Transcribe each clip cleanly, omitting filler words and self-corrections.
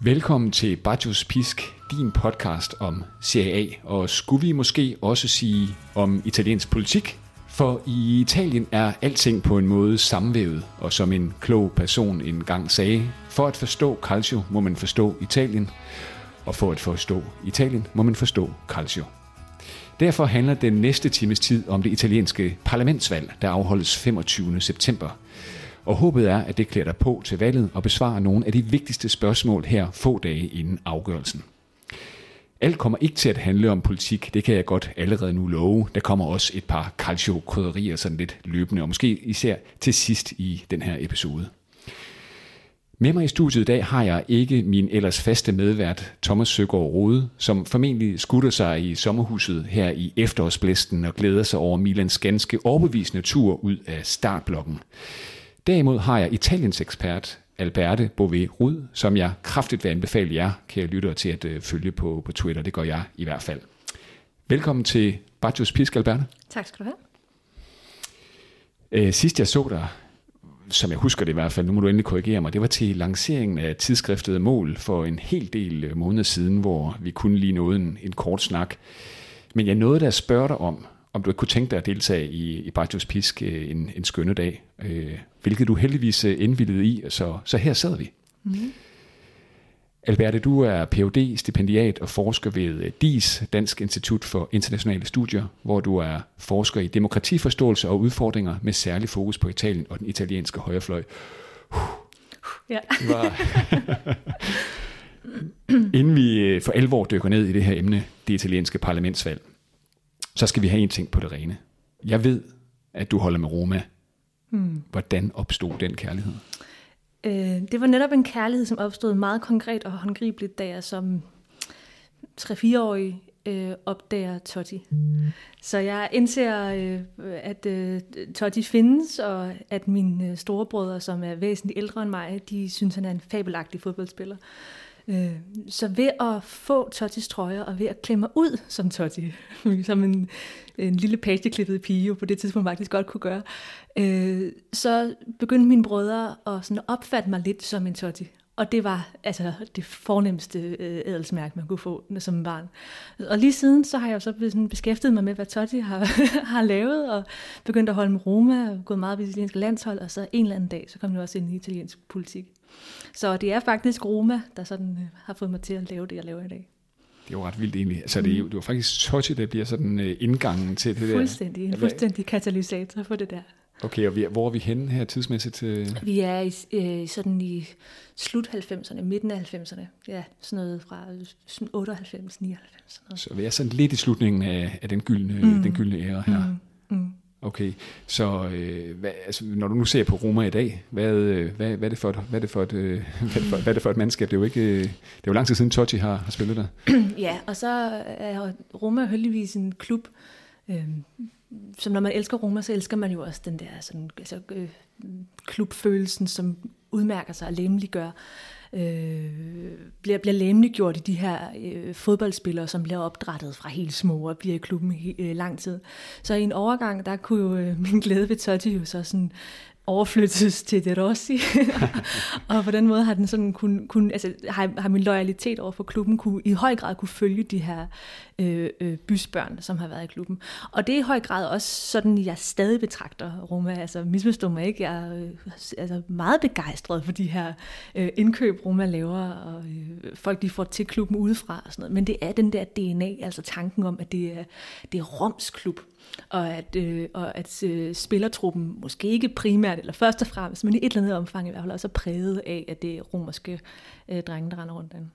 Velkommen til Baccios Pisk, din podcast om Serie A, og skulle vi måske også sige om italiensk politik? For i Italien er alting på en måde sammenvævet, og som en klog person engang sagde, for at forstå Calcio må man forstå Italien, og for at forstå Italien må man forstå Calcio. Derfor handler den næste times tid om det italienske parlamentsvalg, der afholdes 25. september. Og håbet er, at det klæder dig på til valget og besvarer nogle af de vigtigste spørgsmål her få dage inden afgørelsen. Alt kommer ikke til at handle om politik, det kan jeg godt allerede nu love. Der kommer også et par calcio-krydderier sådan lidt løbende, og måske især til sidst i den her episode. Med mig i studiet i dag har jeg ikke min ellers faste medvært Thomas Søgaard Rode, som formentlig skutter sig i sommerhuset her i efterårsblæsten og glæder sig over Milans ganske overbevisende tur ud af startblokken. Derimod har jeg Italiens ekspert Alberte Bové-Rud, som jeg kraftigt vil anbefale jer, kære lyttere, til at følge på Twitter. Det gør jeg i hvert fald. Velkommen til Baccios Pisk, Alberte. Tak skal du have. Sidst jeg så dig, som jeg husker det i hvert fald, nu må du endelig korrigere mig, det var til lanceringen af tidsskriftet Mål for en hel del måneder siden, hvor vi kun lige nåede en kort snak. Men jeg nåede da at spørge dig om du ikke kunne tænke dig at deltage i Baccios Pisk en skønne dag, hvilket du heldigvis indvilligede i, så her sad vi. Mm-hmm. Alberte, du er Ph.D. stipendiat og forsker ved DIS, Dansk Institut for Internationale Studier, hvor du er forsker i demokratiforståelse og udfordringer med særlig fokus på Italien og den italienske højrefløj. Ja. Inden vi for alvor dykker ned i det her emne, det italienske parlamentsvalg, så skal vi have en ting på det rene. Jeg ved, at du holder med Roma. Hvordan opstod den kærlighed? Det var netop en kærlighed, som opstod meget konkret og håndgribeligt, da jeg som 3-4-årig opdager Totti. Så jeg indser, at Totti findes, og at mine storebrødre, som er væsentligt ældre end mig, de synes, han er en fabelagtig fodboldspiller. Så ved at få Tottis trøjer og ved at klemme mig ud som Totti, som en lille pageklippet pige jo på det tidspunkt faktisk godt kunne gøre, så begyndte mine brødre at sådan opfatte mig lidt som en Totti. Og det var altså det fornemste adelsmærke, man kunne få som barn. Og lige siden, så har jeg jo så beskæftiget mig med, hvad Totti har lavet, og begyndt at holde med Roma, og gået meget ved det italienske landshold, og så en eller anden dag, så kom jeg også ind i italiensk politik. Så det er faktisk Roma, der sådan har fået mig til at lave det, jeg laver i dag. Det er jo ret vildt egentlig. Altså, det var faktisk Totti, der bliver sådan indgangen til det der. Fuldstændig. En fuldstændig katalysator for det der. Okay, og hvor er vi henne her tidsmæssigt? Vi er sådan i slut 90'erne, midten af 90'erne. Ja, sådan noget fra 98, 99. Så vi er sådan lidt i slutningen af den gyldne æra her. Okay, så når du nu ser på Roma i dag, hvad er det for et mandskab? Det er jo lang tid siden Totti har spillet der. Ja, og så er Roma heldigvis en klub, som når man elsker Roma, så elsker man jo også den der sådan, klubfølelsen, som udmærker sig og læmeliggør. Bliver læmeliggjort i de her fodboldspillere, som bliver opdrættet fra helt små og bliver i klubben lang tid. Så i en overgang, der kunne jo min glæde ved Totti jo så sådan overflyttes til De Rossi, og på den måde har den sådan har min loyalitet over for klubben i høj grad kunne følge de her bysbørn, som har været i klubben. Og det er i høj grad også sådan, jeg stadig betragter Roma. Altså misforstå mig ikke, jeg er meget begejstret for de her indkøb, Roma laver, og folk de får til klubben udefra og sådan noget. Men det er den der DNA, altså tanken om, at det er Roms klub. Og at spillertruppen måske ikke primært eller først og fremmest, men i et eller andet omfang i hvert fald også er præget af, at det er romerske drenge, der render rundt den.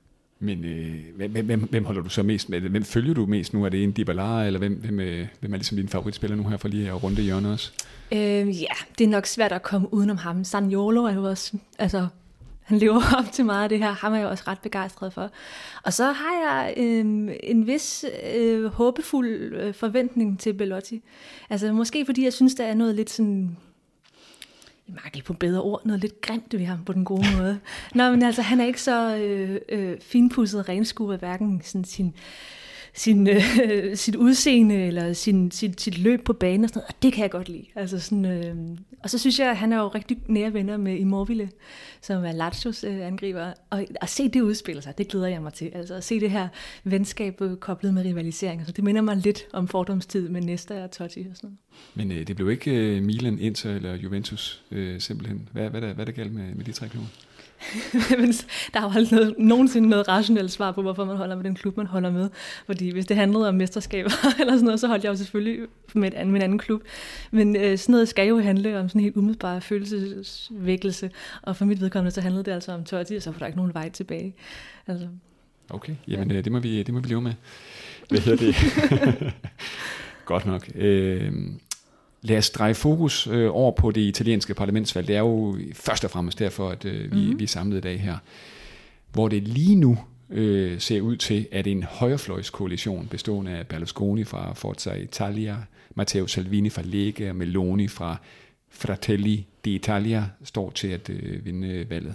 Men hvem holder du så mest med? Hvem følger du mest nu? Er det en Dybala, eller hvem er ligesom din favoritspiller nu her for lige at runde hjørnet også? Ja, det er nok svært at komme udenom ham. Zaniolo er jo også, altså han lever op til meget af det her. Ham er jeg også ret begejstret for. Og så har jeg en vis håbefuld forventning til Belotti. Altså måske fordi jeg synes, der er noget lidt sådan, jeg mangler på bedre ord, noget lidt grimt ved ham på den gode måde. Nå, men altså han er ikke så finpudset renskuret, hverken sådan sin sit udseende eller sit løb på banen og sådan noget, og det kan jeg godt lide. Altså sådan, og så synes jeg, at han er jo rigtig nære venner med Immobile, som er Lazios angriber, og at se det udspille sig, det glæder jeg mig til. Altså at se det her venskab koblet med rivalisering, altså det minder mig lidt om fordomstid med Nesta og Totti og sådan noget. Men det blev ikke Milan, Inter eller Juventus simpelthen. Hvad er der galt med de 3 klubber? Der er jo aldrig nogensinde noget rationelt svar på, hvorfor man holder med den klub, man holder med. Fordi hvis det handlede om mesterskaber eller sådan noget, så holdt jeg jo selvfølgelig med en anden klub. Men sådan noget skal jo handle om sådan en helt umiddelbar følelsesvækkelse. Og for mit vedkommende, så handlede det altså om Totti, og så var der ikke nogen vej tilbage. Altså. Okay, jamen det må vi leve med. Hvad hedder det? Godt nok. Lad os dreje fokus over på det italienske parlamentsvalg. Det er jo først og fremmest derfor, at vi er samlet i dag her. Hvor det lige nu ser ud til, at en højrefløjskoalition bestående af Berlusconi fra Forza Italia, Matteo Salvini fra Lega og Meloni fra Fratelli d'Italia står til at vinde valget.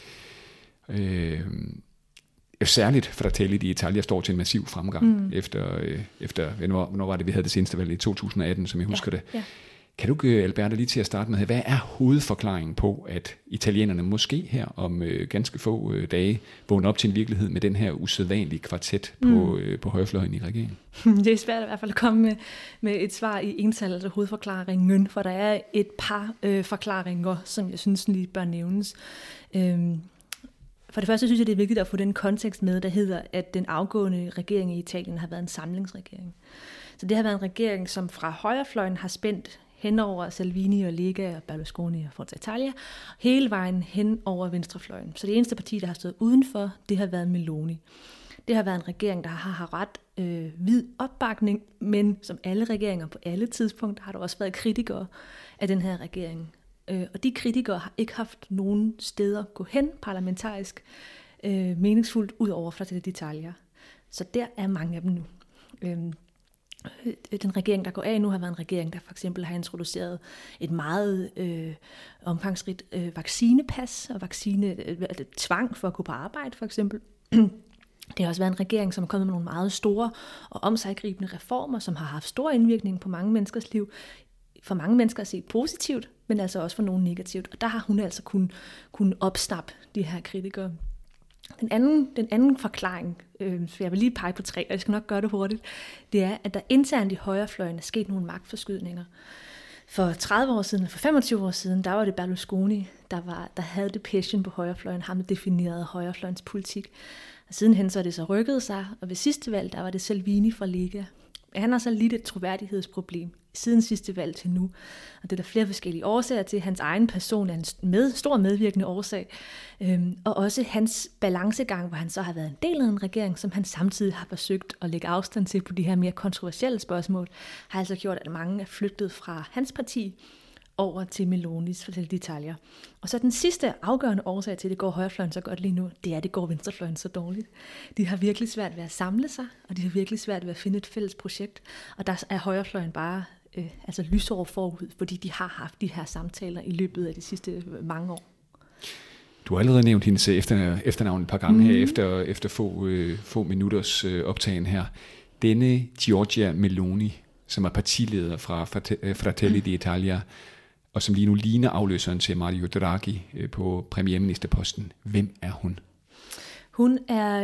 Særligt Fratelli d'Italia står til en massiv fremgang efter hvornår var det, vi havde det seneste valg i 2018, som jeg husker det. Ja. Kan du, Alberta, lige til at starte med, hvad er hovedforklaringen på, at italienerne måske her om ganske få dage vågner op til en virkelighed med den her usædvanlige kvartet på højrefløjen i regeringen? Det er svært i hvert fald at komme med et svar i ental, altså hovedforklaringen, for der er et par forklaringer, som jeg synes lige bør nævnes. For det første synes jeg, det er vigtigt at få den kontekst med, der hedder, at den afgående regering i Italien har været en samlingsregering. Så det har været en regering, som fra højrefløjen har spændt hen over Salvini og Lega og Berlusconi og Forza Italia, hele vejen hen over venstrefløjen. Så det eneste parti, der har stået udenfor, det har været Meloni. Det har været en regering, der har ret vid opbakning, men som alle regeringer på alle tidspunkter har der også været kritikere af den her regering. Og de kritikere har ikke haft nogen steder at gå hen parlamentarisk meningsfuldt ud over Fratelli d'Italia. Så der er mange af dem nu. Den regering, der går af nu, har været en regering, der for eksempel har introduceret et meget omfangsrigt vaccinepas og tvang for at gå på arbejde for eksempel. Det har også været en regering, som er kommet med nogle meget store og omsiggribende reformer, som har haft stor indvirkning på mange menneskers liv. For mange mennesker er set positivt, men altså også for nogle negativt. Og der har hun altså kunnet opsnappe de her kritikere. Den anden forklaring, så jeg vil lige pege på 3, og jeg skal nok gøre det hurtigt, det er, at der internt i højrefløjen er sket nogle magtforskydninger. For 30 år siden, for 25 år siden, der var det Berlusconi, der havde det passion på højrefløjen, ham der definerede højrefløjens politik. Og sidenhen så er det så rykket sig, og ved sidste valg, der var det Salvini fra Lega. Han har så lidt et troværdighedsproblem siden sidste valg til nu. Og det er der flere forskellige årsager til. Hans egen person er en stor medvirkende årsag. Og også hans balancegang, hvor han så har været en del af en regering, som han samtidig har forsøgt at lægge afstand til på de her mere kontroversielle spørgsmål, har altså gjort, at mange er flygtet fra hans parti over til Melonis Fratelli d'Italia. Og så den sidste afgørende årsag til, at det går højrefløjen så godt lige nu, det er, at det går venstrefløjen så dårligt. De har virkelig svært ved at samle sig, og de har virkelig svært ved at finde et fælles projekt. Og der er højrefløjen bare lysår forud, fordi de har haft de her samtaler i løbet af de sidste mange år. Du har allerede nævnt hendes efternavn et par gange her, efter få minutters optagen her. Denne Giorgia Meloni, som er partileder fra Fratelli d'Italia, og som lige nu ligner afløseren til Mario Draghi på premierministerposten. Hvem er hun? Hun er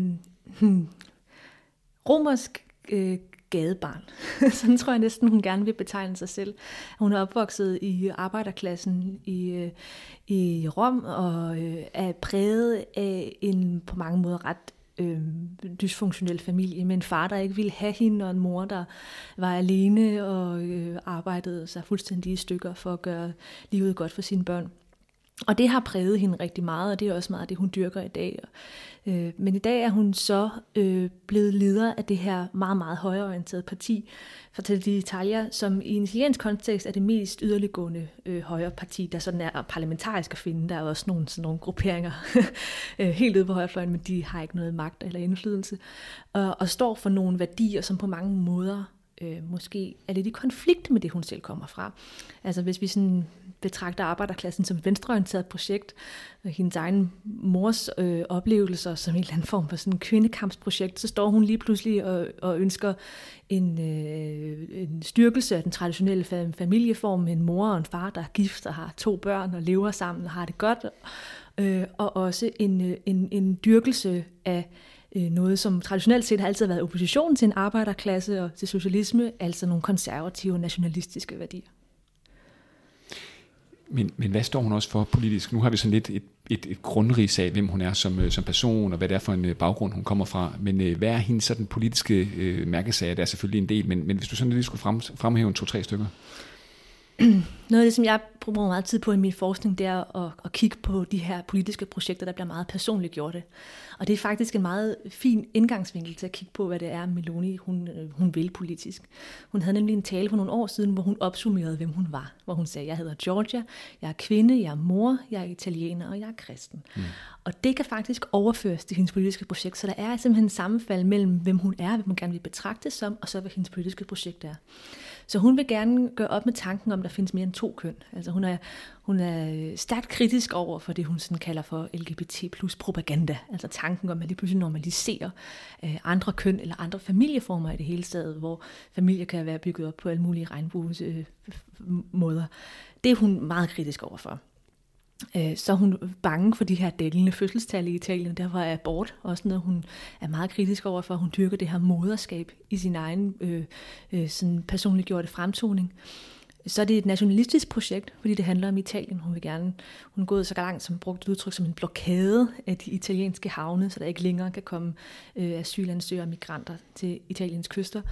romersk gadebarn. Sådan tror jeg næsten, hun gerne vil betegne sig selv. Hun er opvokset i arbejderklassen i Rom, og er præget af en på mange måder ret dysfunktionel familie, med en far, der ikke ville have hende, og en mor, der var alene og arbejdede sig fuldstændig i stykker for at gøre livet godt for sine børn. Og det har præget hende rigtig meget, og det er også meget det, hun dyrker i dag. Men i dag er hun så blevet leder af det her meget, meget højreorienterede parti, Fratelli d'Italia, som i en italiensk kontekst er det mest yderliggående højre parti, der sådan er parlamentarisk at finde. Der er også nogle grupperinger helt ude på højrefløjen, men de har ikke noget magt eller indflydelse, og står for nogle værdier, som på mange måder måske er lidt i konflikt med det, hun selv kommer fra. Altså hvis vi sådan betragter arbejderklassen som et venstreorienteret projekt, og hendes egen mors oplevelser som en eller anden form for sådan en kvindekampsprojekt, så står hun lige pludselig og ønsker en styrkelse af den traditionelle familieform med en mor og en far, der er gift og har 2 børn og lever sammen og har det godt, og også en dyrkelse af noget, som traditionelt set har altid været opposition til en arbejderklasse og til socialisme, altså nogle konservative nationalistiske værdier. Men hvad står hun også for politisk? Nu har vi sådan lidt et grundrids af, hvem hun er som person, og hvad det er for en baggrund, hun kommer fra. Men hvad er hendes sådan politiske mærkesager? Det er selvfølgelig en del, men hvis du sådan lige skulle fremhæve en 2-3 stykker. Noget af det, som jeg bruger meget tid på i min forskning, det er at kigge på de her politiske projekter, der bliver meget personligt gjorte. Og det er faktisk en meget fin indgangsvinkel til at kigge på, hvad det er, Meloni hun vil politisk. Hun havde nemlig en tale for nogle år siden, hvor hun opsummerede, hvem hun var. Hvor hun sagde, jeg hedder Georgia, jeg er kvinde, jeg er mor, jeg er italiener, og jeg er kristen. Og det kan faktisk overføres til hendes politiske projekt, så der er simpelthen en sammenfald mellem, hvem hun er, hvem hun gerne vil betragtes som, og så hvad hendes politiske projekt er. Så hun vil gerne gøre op med tanken om, at der findes mere end 2 køn. Altså hun er stærkt kritisk over for det, hun sådan kalder for LGBT plus propaganda. Altså tanken om, at lige pludselig normaliserer andre køn eller andre familieformer i det hele taget, hvor familier kan være bygget op på alle mulige regnbuemåder. Det er hun meget kritisk over for. Så er hun bange for de her dalende fødselstal i Italien. Derfor er abort også noget, hun er meget kritisk over for. Hun dyrker det her moderskab i sin egen sådan personligt gjorte fremtoning. Så er det et nationalistisk projekt, fordi det handler om Italien. Hun er gået så langt som brugt et udtryk som en blokade af de italienske havne, så der ikke længere kan komme asylansøgere og migranter til Italiens kyster.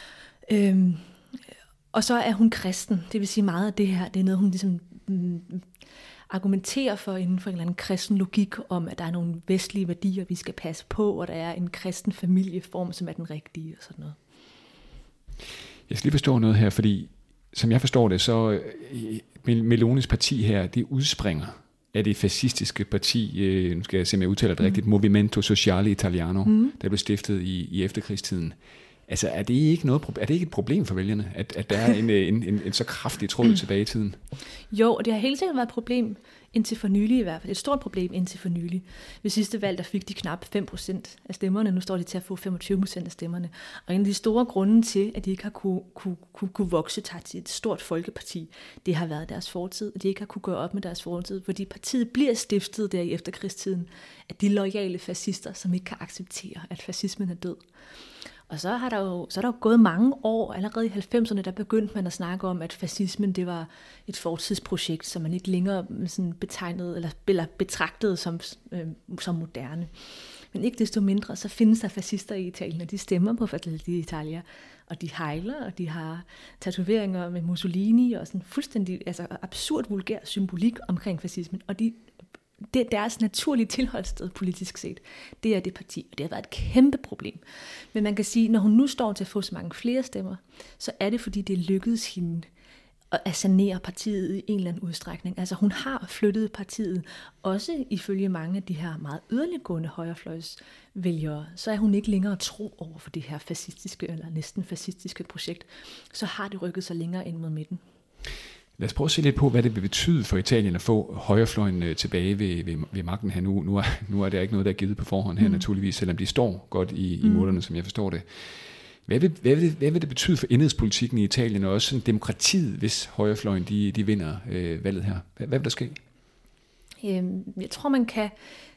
Og så er hun kristen. Det vil sige meget af det her, det er noget, hun ligesom argumenterer for inden for en eller anden kristen logik om, at der er nogle vestlige værdier, vi skal passe på, og der er en kristen familieform, som er den rigtige og sådan noget. Jeg skal lige forstå noget her, fordi som jeg forstår det, så Melonis parti her, det udspringer af det fascistiske parti, nu skal jeg se, om jeg udtaler det rigtigt, Movimento Sociale Italiano, der blev stiftet i efterkrigstiden. Altså er det ikke et problem for vælgerne, at der er en så kraftig tråd tilbage i tiden? Jo, og det har hele tiden været et problem indtil for nylig i hvert fald. Et stort problem indtil for nylig. Ved sidste valg, der fik de knap 5% af stemmerne. Nu står de til at få 25% af stemmerne. Og en af de store grunde til, at de ikke har kunne vokse til et stort folkeparti, det har været deres fortid. At de ikke har kunne gøre op med deres fortid. Fordi partiet bliver stiftet der i efterkrigstiden af de loyale fascister, som ikke kan acceptere, at fascismen er død. Og så er der jo gået mange år, allerede i 90'erne, der begyndte man at snakke om, at fascismen det var et fortidsprojekt, som man ikke længere sådan betegnede eller betragtede som moderne. Men ikke desto mindre, så findes der fascister i Italien, og de stemmer på Fratelli d'Italia, og de hejler, og de har tatoveringer med Mussolini, og sådan fuldstændig absurd vulgær symbolik omkring fascismen, og det er deres naturlige tilholdssted politisk set. Det er det parti, og det har været et kæmpe problem. Men man kan sige, når hun nu står til at få så mange flere stemmer, så er det fordi, det lykkedes hende at sanere partiet i en eller anden udstrækning. Altså hun har flyttet partiet, også ifølge mange af de her meget yderliggående højrefløjsvælgere, så er hun ikke længere tro over for det her fascistiske eller næsten fascistiske projekt. Så har det rykket sig længere ind mod midten. Lad os prøve at se lidt på, hvad det vil betyde for Italien at få højrefløjen tilbage ved magten her nu. Nu er der ikke noget, der er givet på forhånd her naturligvis, selvom de står godt i målerne, som jeg forstår det. Hvad vil det betyde for indenrigspolitikken i Italien, og også sådan demokratiet, hvis højrefløjen de vinder valget her? Hvad vil der ske? Jeg tror, man kan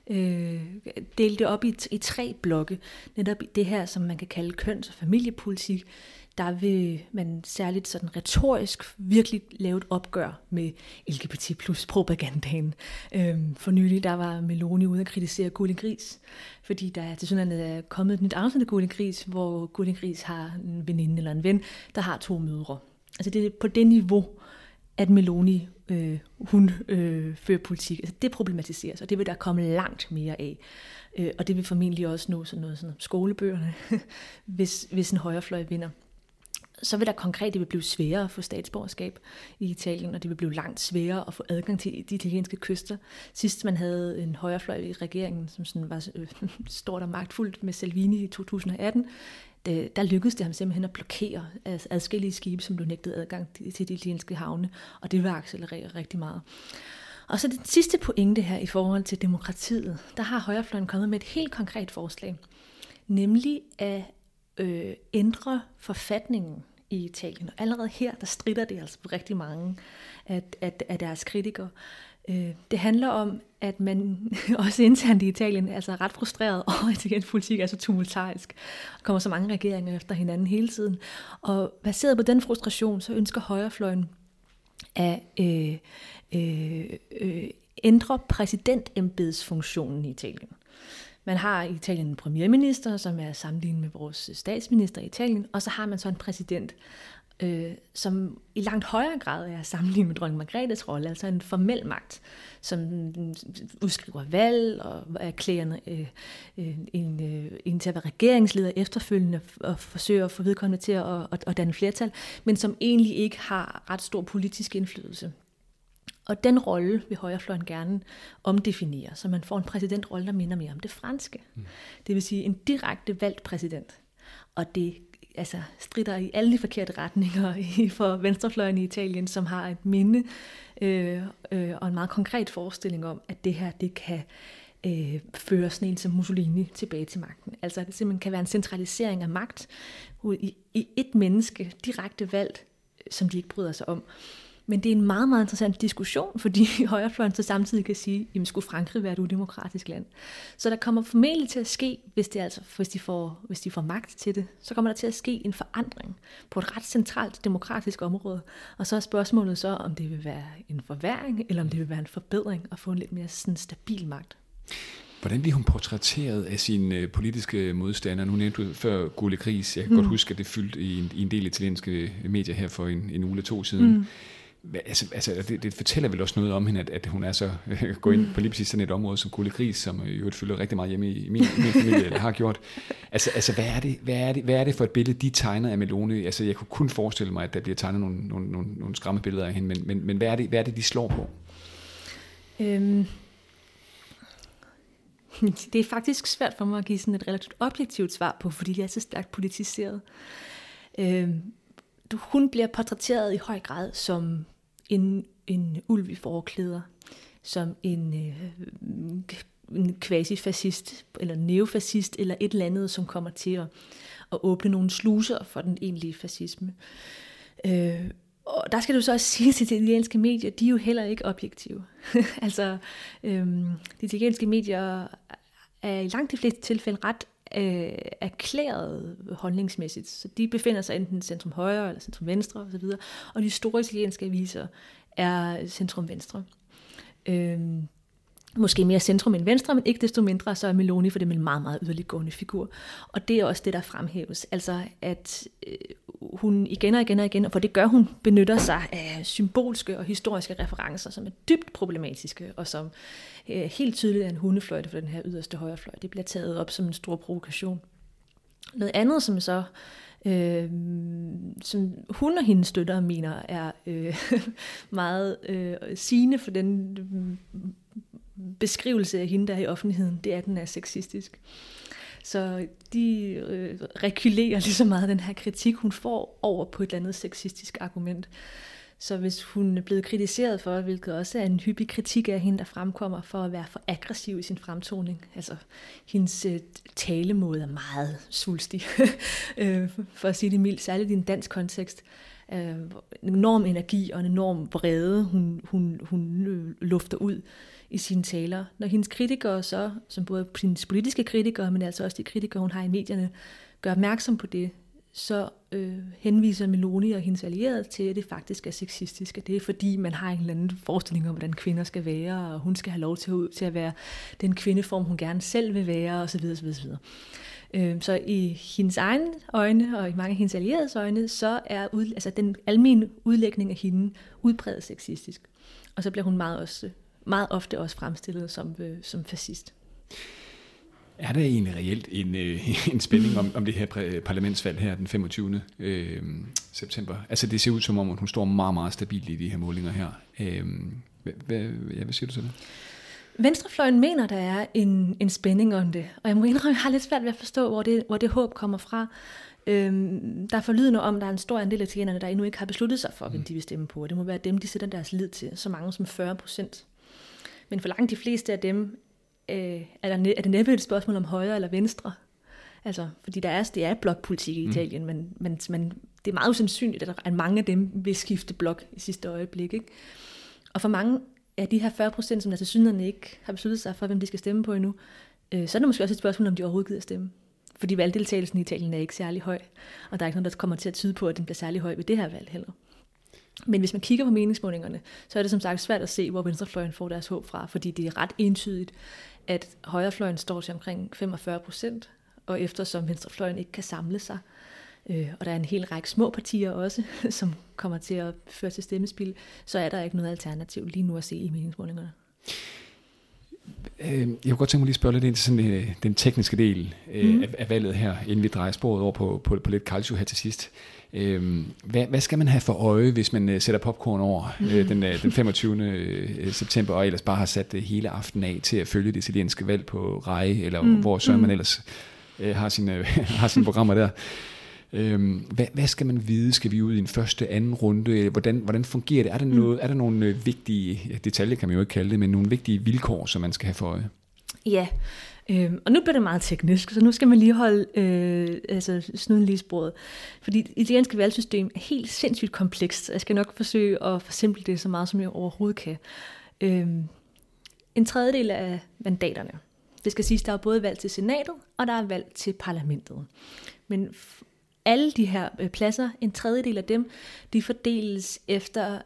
dele det op i 3 blokke. Netop det her, som man kan kalde køns- og familiepolitik, der vil man særligt sådan retorisk virkelig lave et opgør med LGBT plus propagandaen. For nylig, der var Meloni ude at kritisere Gurli Gris, fordi der til sådan er kommet et nyt afsnit af Gurli Gris, hvor Gurli Gris har en veninde eller en ven, der har 2 mødre. Altså det er på det niveau, at Meloni hun fører politik. Altså det problematiseres, og det vil der komme langt mere af. Og det vil formentlig også nå sådan noget som skolebøgerne, hvis en højrefløj vinder. Så vil der konkret, det vil blive sværere at få statsborgerskab i Italien, og det vil blive langt sværere at få adgang til de italienske kyster. Sidst man havde en højrefløj i regeringen, som sådan var stort og magtfuldt med Salvini i 2018, der lykkedes det ham simpelthen at blokere adskillige skibe, som blev nægtet adgang til de italienske havne, og det vil accelerere rigtig meget. Og så den sidste pointe her i forhold til demokratiet, der har højrefløjen kommet med et helt konkret forslag, nemlig at ændre forfatningen i Italien. Og allerede her, der stritter det altså på rigtig mange af deres kritikere. Det handler om, at man også internt i Italien er altså ret frustreret over, at italiensk politik er så tumultarisk. Der kommer så mange regeringer efter hinanden hele tiden. Og baseret på den frustration, så ønsker højrefløjen at ændre præsidentembedsfunktionen i Italien. Man har i Italien en premierminister, som er sammenlignet med vores statsminister i Italien, og så har man så en præsident, som i langt højere grad er sammenlignet med dronning Margrethes rolle, altså en formel magt, som udskriver valg og erklærer en til at være regeringsleder efterfølgende og forsøger at få vedkommende til at danne flertal, men som egentlig ikke har ret stor politisk indflydelse. Og den rolle vil højrefløjen gerne omdefinere, så man får en præsidentrolle, der minder mere om det franske. Det vil sige en direkte valgt præsident. Og det strider i alle de forkerte retninger for venstrefløjen i Italien, som har et minde og en meget konkret forestilling om, at det her det kan føre sådan en som Mussolini tilbage til magten. Altså at det simpelthen kan være en centralisering af magt i et menneske, direkte valgt, som de ikke bryder sig om. Men det er en meget, meget interessant diskussion, fordi højrefløjen så samtidig kan sige, jamen skulle Frankrig være et udemokratisk land? Så der kommer formentlig til at ske, hvis de får magt til det, så kommer der til at ske en forandring på et ret centralt demokratisk område. Og så er spørgsmålet så, om det vil være en forværring, eller om det vil være en forbedring at få en lidt mere sådan stabil magt. Hvordan bliver hun portrætteret af sine politiske modstandere? Nu nævnte du før Gule Gris. Jeg kan godt huske, at det fyldte i en del italienske medier her for en uge eller to siden. Det fortæller vel også noget om hende, at hun er så går ind på lige præcis sådan et område som Gule Gris, som jo fylder rigtig meget hjemme i min familie, eller har gjort. Hvad er det for et billede, de tegner af Meloni? Altså, jeg kunne kun forestille mig, at der bliver tegnet nogle skræmmebilleder af hende, men hvad er det, de slår på? Det er faktisk svært for mig at give sådan et relativt objektivt svar på, fordi det er så stærkt politiseret. Hun bliver portrætteret i høj grad som en ulv i forklæder, som en quasi-fascist, eller neofascist, eller et eller andet, som kommer til at åbne nogle sluser for den egentlige fascisme. Og der skal du så også sige til de italienske medier, de er jo heller ikke objektive. Altså, de italienske medier er i langt de fleste tilfælde ret erklæret holdningsmæssigt. Så de befinder sig enten centrum højre eller centrum venstre osv. Og de store italienske aviser er centrum venstre. Måske mere centrum end venstre, men ikke desto mindre, så er Meloni for dem en meget, meget yderliggående figur. Og det er også det, der fremhæves. Altså, at hun igen og igen, og for det gør hun, benytter sig af symbolske og historiske referencer, som er dybt problematiske, og som helt tydeligt er en hundefløjte for den her yderste højrefløj. Det bliver taget op som en stor provokation. Noget andet, som så som hun og hendes støtter mener er meget sigende for den beskrivelse af hende, der er i offentligheden, det er, at den er sexistisk. Så de rekylerer lige så meget den her kritik, hun får over på et eller andet sexistisk argument. Så hvis hun er blevet kritiseret for, hvilket også er en hyppig kritik af hende, der fremkommer for at være for aggressiv i sin fremtoning, altså hendes talemåde er meget svulstig, for at sige det mildt, særligt i en dansk kontekst. En enorm energi og en enorm vrede, hun lufter ud i sine taler. Når hendes kritikere så, som både hendes politiske kritikere, men altså også de kritikere, hun har i medierne, gør opmærksom på det, så henviser Meloni og hendes allierede til, at det faktisk er sexistisk. Det er fordi, man har en eller anden forestilling om, hvordan kvinder skal være, og hun skal have lov til at være den kvindeform, hun gerne selv vil være, osv. osv. Så i hendes egne øjne, og i mange af hendes allieredes øjne, så er den almene udlægning af hende udpræget sexistisk. Og så bliver hun meget ofte også fremstillet som fascist. Er der egentlig reelt en spænding om det her parlamentsvalg her den 25. september? Altså det ser ud som om, at hun står meget, meget stabilt i de her målinger her. Hvad siger du til det? Venstrefløjen mener, der er en spænding om det, og jeg må indrømme, jeg har lidt svært ved at forstå, hvor det håb kommer fra. Der er forlydende om, der er en stor andel af italienerne, der endnu ikke har besluttet sig for, hvem de vil stemme på, og det må være dem, de sætter deres lid til, så mange som 40%. Men for langt de fleste af dem er det næppe et spørgsmål om højre eller venstre. Altså, fordi det er blokpolitik i Italien, men det er meget usandsynligt, at mange af dem vil skifte blok i sidste øjeblik. Ikke? Og for mange af de her 40%, som der til synligheden ikke har besluttet sig for, hvem de skal stemme på endnu, så er det måske også et spørgsmål, om de overhovedet gider stemme. Fordi valgdeltagelsen i Italien er ikke særlig høj, og der er ikke nogen, der kommer til at tyde på, at den bliver særlig høj ved det her valg heller. Men hvis man kigger på meningsmålingerne, så er det som sagt svært at se, hvor venstrefløjen får deres håb fra, fordi det er ret entydigt, at højrefløjen står til omkring 45%, og eftersom venstrefløjen ikke kan samle sig, og der er en hel række små partier også, som kommer til at føre til stemmespil, så er der ikke noget alternativ lige nu at se i meningsmålingerne. Jeg kunne godt tænke mig lige at spørge lidt ind til sådan, den tekniske del af valget her, inden vi drejer sporet over på lidt calcio her til sidst. Hvad skal man have for øje, hvis man sætter popcorn over den 25. september, og ellers bare har sat hele aftenen af til at følge det italienske valg på Rai, eller hvor så man ellers har sine programmer der? Hvad skal man vide? Skal vi ud i en første, anden runde? Hvordan fungerer det? Er der nogle vigtige detaljer, kan man jo ikke kalde det, men nogle vigtige vilkår, som man skal have for øje? Ja, og nu bliver det meget teknisk, så nu skal man lige holde snuden lige i sporet. Fordi det italienske valgsystem er helt sindssygt komplekst. Jeg skal nok forsøge at forsimple det så meget, som jeg overhovedet kan. En tredjedel af mandaterne. Det skal siges, der er både valg til senatet, og der er valg til parlamentet. Men alle de her pladser, en tredjedel af dem, de fordeles efter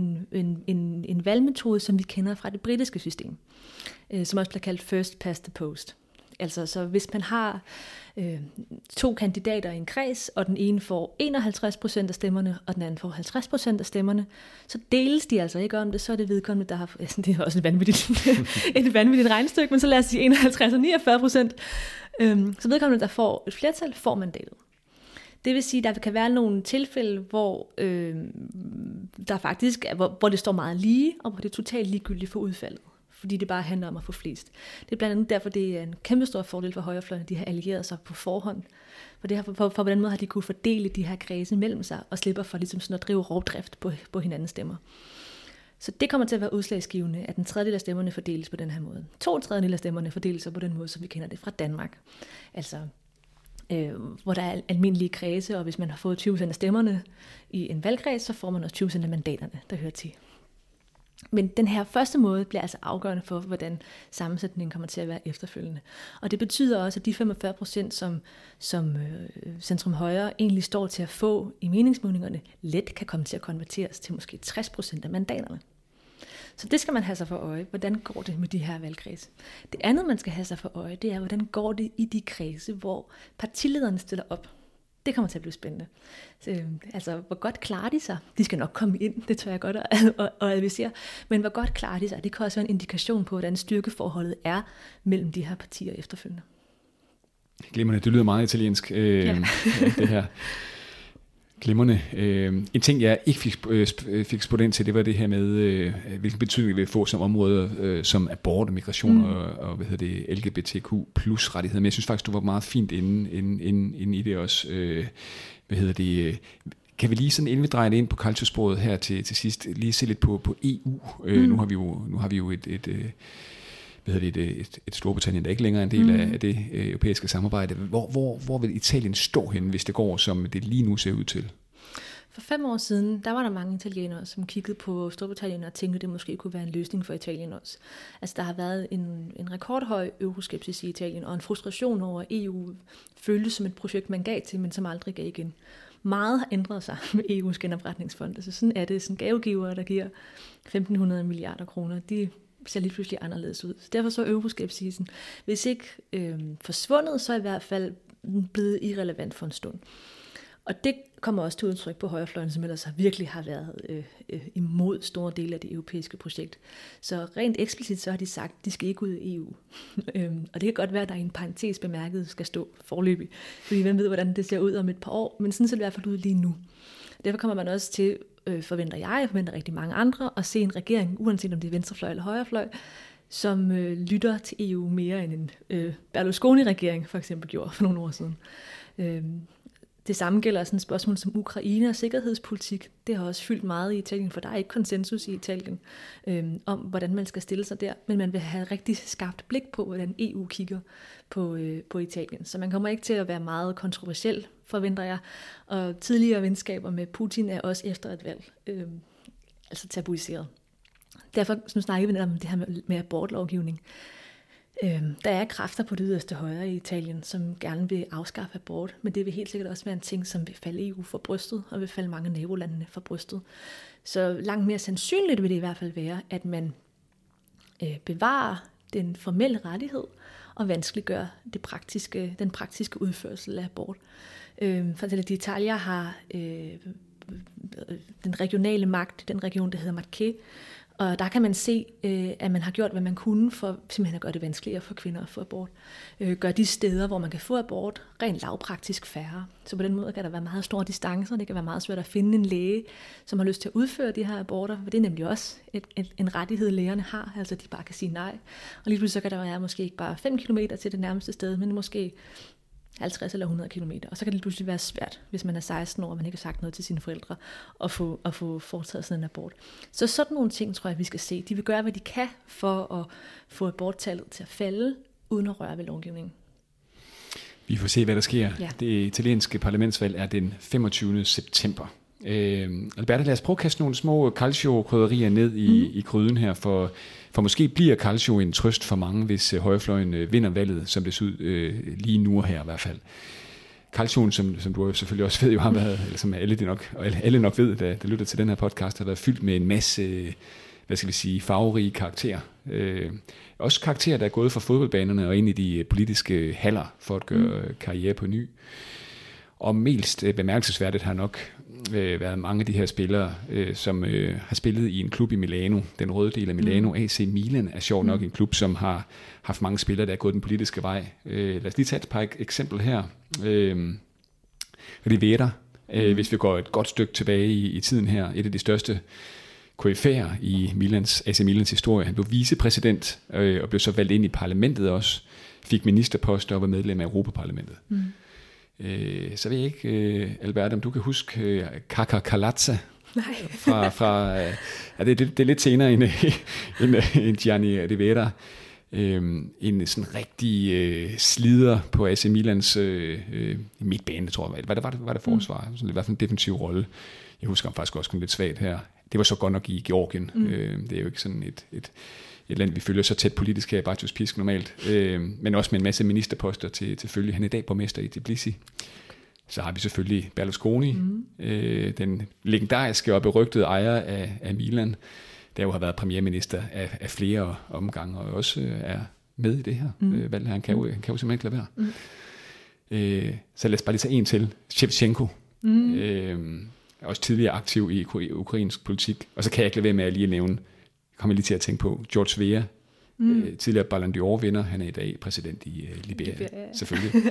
en valgmetode, som vi kender fra det britiske system, som også bliver kaldt first past the post. Altså, så hvis man har 2 kandidater i en kreds, og den ene får 51% af stemmerne, og den anden får 50% af stemmerne, så deles de altså ikke om det, så er det vedkommende, der har... Det er også et vanvittigt regnestykke, men så lad os sige 51 og 49%. Så vedkommende, der får et flertal, får mandatet. Det vil sige, at der kan være nogle tilfælde, hvor der faktisk hvor det står meget lige, og hvor det er totalt ligegyldigt for udfaldet. Fordi det bare handler om at få flest. Det er blandt andet derfor, det er en kæmpe stor fordel for højrefløjen, at de har allieret sig på forhånd. For på den måde har de kunne fordele de her kredse mellem sig, og slipper for ligesom sådan at drive rovdrift på hinandens stemmer. Så det kommer til at være udslagsgivende, at en tredjedel af stemmerne fordeles på den her måde. 2/3 af stemmerne fordeles på den måde, som vi kender det fra Danmark. Altså hvor der er almindelige kredse, og hvis man har fået 20% af stemmerne i en valgkreds, så får man også 20% af mandaterne, der hører til. Men den her første måde bliver altså afgørende for, hvordan sammensætningen kommer til at være efterfølgende. Og det betyder også, at de 45%, som Centrum Højre egentlig står til at få i meningsmålingerne, let kan komme til at konverteres til måske 60% af mandaterne. Så det skal man have sig for øje. Hvordan går det med de her valgkredse? Det andet, man skal have sig for øje, det er, hvordan går det i de kredse, hvor partilederne stiller op. Det kommer til at blive spændende. Altså, hvor godt klarer de sig? De skal nok komme ind, det tør jeg godt at advisere. Men hvor godt klarer de sig? Det kan også være en indikation på, hvordan styrkeforholdet er mellem de her partier efterfølgende. Glimrende, det lyder meget italiensk, det her. Glimrende. En ting, jeg ikke fik spurgt ind til, det var det her med, hvilken betydning det vil få som områder som abort og migration og LGBTQ plus rettigheder. Men jeg synes faktisk, du var meget fint inde i det også. Kan vi lige sådan, inden vi drejer det ind på calcio-sporet her til sidst, lige se lidt på EU? Nu har vi jo et Storbritannien, der ikke længere er en del af det europæiske samarbejde. Hvor vil Italien stå henne, hvis det går, som det lige nu ser ud til? For 5 år siden, der var der mange italienere, som kiggede på Storbritannien og tænkte, at det måske kunne være en løsning for Italien også. Altså, der har været en rekordhøj euroskepsis i Italien, og en frustration over, at EU føltes som et projekt, man gav til, men som aldrig gav igen. Meget har ændret sig med EU's genopretningsfond. Altså, sådan er det. Sådan gavegiver, der giver 1.500 milliarder kroner, de ser lige pludselig anderledes ud. Så derfor så euroskepsisen, hvis ikke forsvundet, så i hvert fald blevet irrelevant for en stund. Og det kommer også til udtryk på højrefløjen, som ellers virkelig har været imod store dele af det europæiske projekt. Så rent eksplicit så har de sagt, at de skal ikke ud af EU. Og det kan godt være, at der i en parentes bemærket skal stå forløbig, fordi hvem ved, hvordan det ser ud om et par år, men sådan ser det i hvert fald ud lige nu. Derfor kommer man også til, forventer rigtig mange andre, at se en regering, uanset om det er venstrefløj eller højrefløj, som lytter til EU mere end en Berlusconi-regering for eksempel gjorde for nogle år siden. Det samme gælder sådan et spørgsmål som Ukraine og sikkerhedspolitik. Det har også fyldt meget i Italien, for der er ikke konsensus i Italien om, hvordan man skal stille sig der. Men man vil have rigtig skarpt blik på, hvordan EU kigger på Italien. Så man kommer ikke til at være meget kontroversiel, forventer jeg. Og tidligere venskaber med Putin er også efter et valg altså tabuiseret. Derfor nu snakker vi netop om det her med abortlovgivning. Der er kræfter på det yderste højre i Italien, som gerne vil afskaffe abort, men det vil helt sikkert også være en ting, som vil falde EU for brystet, og vil falde mange nabolandene for brystet. Så langt mere sandsynligt vil det i hvert fald være, at man bevarer den formelle rettighed, og vanskeliggør den praktiske udførsel af abort. For Italia har den regionale magt, den region, der hedder Marche, og der kan man se, at man har gjort, hvad man kunne for simpelthen at gøre det vanskeligere for kvinder at få abort. Gør de steder, hvor man kan få abort, rent lavpraktisk færre. Så på den måde kan der være meget store distancer. Det kan være meget svært at finde en læge, som har lyst til at udføre de her aborter. For det er nemlig også en rettighed, lægerne har. Altså de bare kan sige nej. Og lige pludselig så kan der være måske ikke bare 5 kilometer til det nærmeste sted, men måske 50 eller 100 kilometer. Og så kan det pludselig være svært, hvis man er 16 år, og man ikke har sagt noget til sine forældre, at få foretaget sådan en abort. Så sådan nogle ting, tror jeg, vi skal se. De vil gøre, hvad de kan for at få aborttallet til at falde, uden at røre ved lovgivningen. Vi får se, hvad der sker. Ja. Det italienske parlamentsvalg er den 25. september. Alberta, lad os prøve at kaste nogle små calcio-krydderier ned i gryden her, for måske bliver calcio en trøst for mange, hvis højrefløjen vinder valget, som det ser ud lige nu her i hvert fald. Calcioen, som du selvfølgelig også ved, jo har været, eller som alle nok ved, der lytter til den her podcast, har været fyldt med en masse, farverige karakterer. Også karakterer, der er gået fra fodboldbanerne og ind i de politiske haller for at gøre karriere på ny. Og mest bemærkelsesværdigt har nok været mange af de her spillere, som har spillet i en klub i Milano, den røde del af Milano. AC Milan er sjovt nok en klub, som har haft mange spillere, der er gået den politiske vej. Lad os lige tage et par eksempler her. Rivera, hvis vi går et godt stykke tilbage i tiden her, et af de største koryfæer i AC Milans historie. Han blev vicepræsident og blev så valgt ind i parlamentet også, fik ministerposter og var medlem af Europaparlamentet. Så ved jeg ikke, Albert, om du kan huske Kaka Kalatza. Nej. Det er lidt senere end Gianni Rivera. En sådan rigtig slider på AC Milans midtbane, tror jeg. Var det forsvar? Sådan i hvert fald en defensiv rolle. Jeg husker ham faktisk også kun lidt svagt her. Det var så godt nok i Georgien. Det er jo ikke sådan et land, vi følger så tæt politisk her i Bartosz Pisk normalt, men også med en masse ministerposter til følge. Han er i dag borgmester i Tbilisi. Så har vi selvfølgelig Berlusconi, den legendariske og berygtede ejer af Milan, der jo har været premierminister af flere omgange, og også er med i det her valg. Han kan jo simpelthen ikke lade være. Så lad os bare lige tage en til. Shevchenko. Også tidligere aktiv i ukrainsk politik. Og så kan jeg ikke lade være med at lige nævne, kommer lige til at tænke på George Weah, tidligere Ballon d'Or vinder. Han er i dag præsident i Liberia. Selvfølgelig.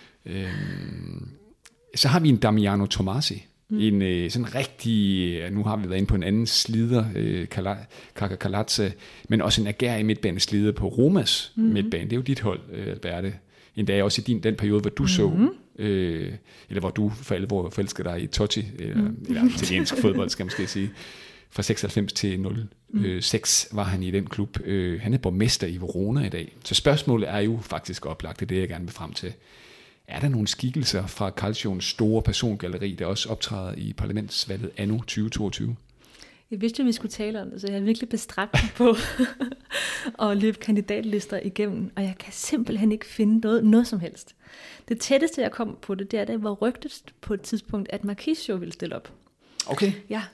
Så har vi en Damiano Tommasi, en sådan rigtig, nu har vi været inde på en anden slider, Kaka Kalatza, men også en agerig midtbaneslider på Romas midtbane. Det er jo dit hold, Alberte. Endda også i den periode, hvor du så, eller hvor du for alvor forelskede dig i Totti, eller italiensk fodbold, skal man måske sige. Fra 96 til 06 var han i den klub. Han er borgmester i Verona i dag. Så spørgsmålet er jo faktisk oplagt, det er det, jeg gerne vil frem til. Er der nogle skikkelser fra Calcios store persongalleri, der også optræder i parlamentsvalget anno 2022? Jeg vidste, at vi skulle tale om det, så jeg er virkelig bestræbt på at løbe kandidatlister igennem, og jeg kan simpelthen ikke finde noget som helst. Det tætteste, jeg kom på det, der var rygtet på et tidspunkt, at Marchisio ville stille op. Okay. Ja.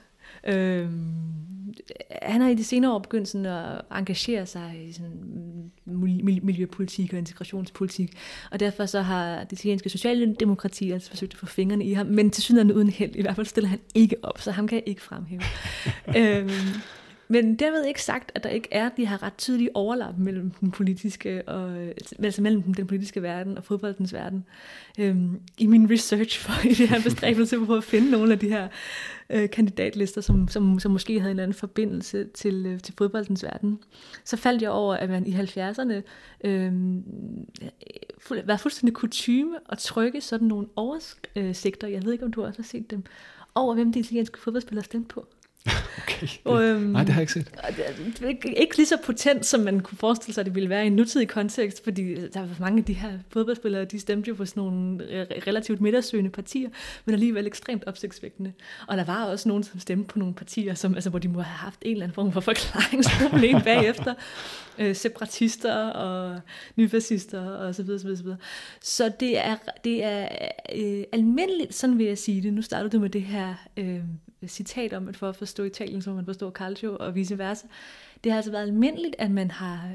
Han har i de senere år begyndt sådan at engagere sig i sådan miljøpolitik og integrationspolitik, og derfor så har det italienske socialdemokrati altså forsøgt at få fingrene i ham, men til synligheden uden held. I hvert fald stiller han ikke op, så ham kan jeg ikke fremhæve. Men derved ikke sagt, at der ikke er de her ret tydelige overlap mellem den politiske og altså mellem den politiske verden og fodboldens verden. I min research i det her bestræbelse på at finde nogle af de her kandidatlister, som måske havde en anden forbindelse til fodboldens verden, så faldt jeg over, at man i 70'erne var fuldstændig kutyme at trykke sådan nogle oversigter, jeg ved ikke, om du også har set dem, over hvem de italienske fodboldspillere stemte på. Okay. Nej, det har jeg ikke set. Ikke lige så potent, som man kunne forestille sig, at det ville være i en nutidig kontekst, fordi der var mange af de her fodboldspillere, de stemte jo på sådan nogle relativt midtersøgende partier, men alligevel ekstremt opsigtsvækkende. Og der var også nogen, som stemte på nogle partier, som, altså, hvor de må have haft en eller anden form for forklaringsproblem bagefter. Separatister og nyfascister og så videre, så videre. Så det er almindeligt, sådan vil jeg sige det. Nu startede du med det her citat om, at for at forstå Italien, så må man forstå Calcio og vice versa. Det har altså været almindeligt, at man har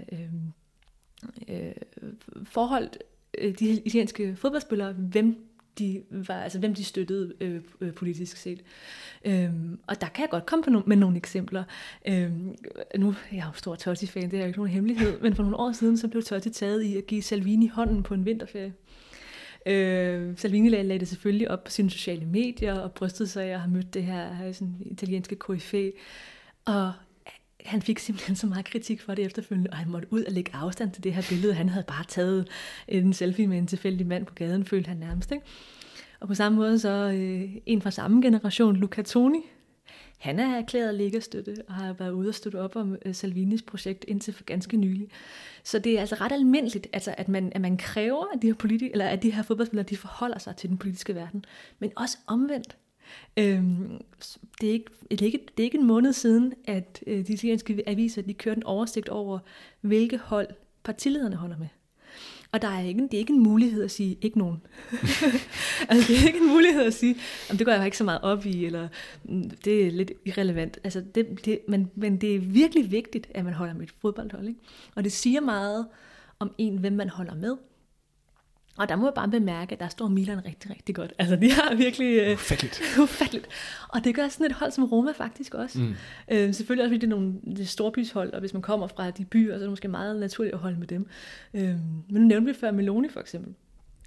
forholdt de italienske fodboldspillere, hvem de støttede politisk set. Og der kan jeg godt komme med nogle eksempler. Nu jeg er jo stor Totti-fan, det er jo ikke nogen hemmelighed, men for nogle år siden, så blev Totti taget i at give Salvini hånden på en vinterferie. Salvini lagde det selvfølgelig op på sine sociale medier og brystede sig af at have mødt det her sådan, italienske koryfæ. Og han fik simpelthen så meget kritik for det efterfølgende, og han måtte ud og lægge afstand til det her billede. Han havde bare taget en selfie med en tilfældig mand på gaden, følte han nærmest, ikke? Og på samme måde så en fra samme generation, Luca Toni, han er erklæret Lega-støtte og har været ude og støtte op om Salvinis projekt indtil for ganske nylig. Så det er altså ret almindeligt, altså at man kræver, at de her fodboldspillere, de forholder sig til den politiske verden, men også omvendt. Det er ikke en måned siden, at de italienske aviser, de kørte en oversigt over, hvilke hold partilederne holder med. Og det er ikke en mulighed at sige, ikke nogen. Altså, det er ikke en mulighed at sige, det går jeg ikke så meget op i, eller det er lidt irrelevant. Altså, men det er virkelig vigtigt, at man holder med et fodboldhold, ikke? Og det siger meget om hvem man holder med. Og der må jeg bare bemærke, at der står Milan rigtig, rigtig godt. Altså, de har virkelig ufatteligt. Og det gør sådan et hold som Roma faktisk også. Selvfølgelig også, fordi det er storbyshold, og hvis man kommer fra de byer, så er det måske meget naturligt at holde med dem. Men nu nævnte vi før Meloni for eksempel.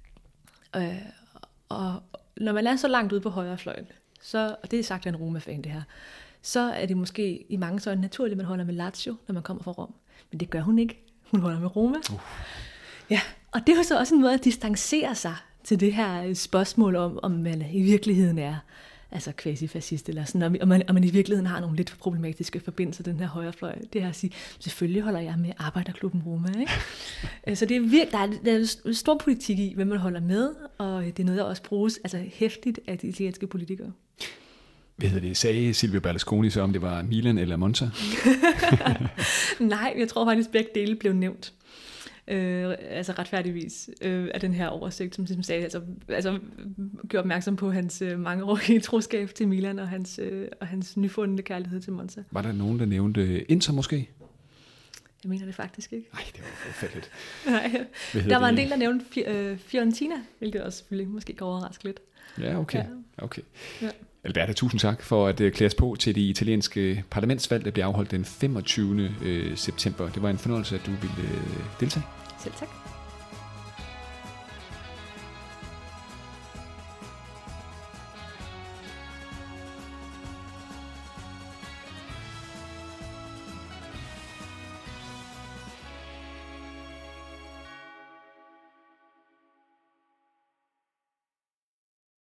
Og når man er så langt ude på højrefløjen, og det er sagt af en Roma-fan det her, så er det måske i mange så naturligt, at man holder med Lazio, når man kommer fra Rom. Men det gør hun ikke. Hun holder med Roma. Ja, og det er jo så også en måde at distancere sig til det her spørgsmål om man i virkeligheden er altså quasi-fascist, eller sådan, og man i virkeligheden har nogle lidt problematiske forbindelser til den her højrefløj. Det her at sige, selvfølgelig holder jeg med Arbejderklubben Roma, ikke? Så det er der er stor politik i, hvem man holder med, og det er noget, der også bruges altså hæftigt af de italienske politikere. Sagde Silvio Berlusconi så, om det var Milan eller Monza? Nej, jeg tror faktisk, begge dele blev nævnt. Altså retfærdigvis af den her oversigt, som sagde, altså gjorde opmærksom på hans mangeårige troskab til Milan og hans nyfundne kærlighed til Monza. Var der nogen, der nævnte Inter måske? Jeg mener det faktisk ikke. Nej, det var forfærdeligt. Nej, der var en del, der nævnte Fiorentina, hvilket også selvfølgelig måske kan overraske lidt. Ja, okay. Ja. Alberta, tusind tak for at klæde os på til det italienske parlamentsvalg, der bliver afholdt den 25. september. Det var en fornøjelse, at du ville deltage. Selv tak.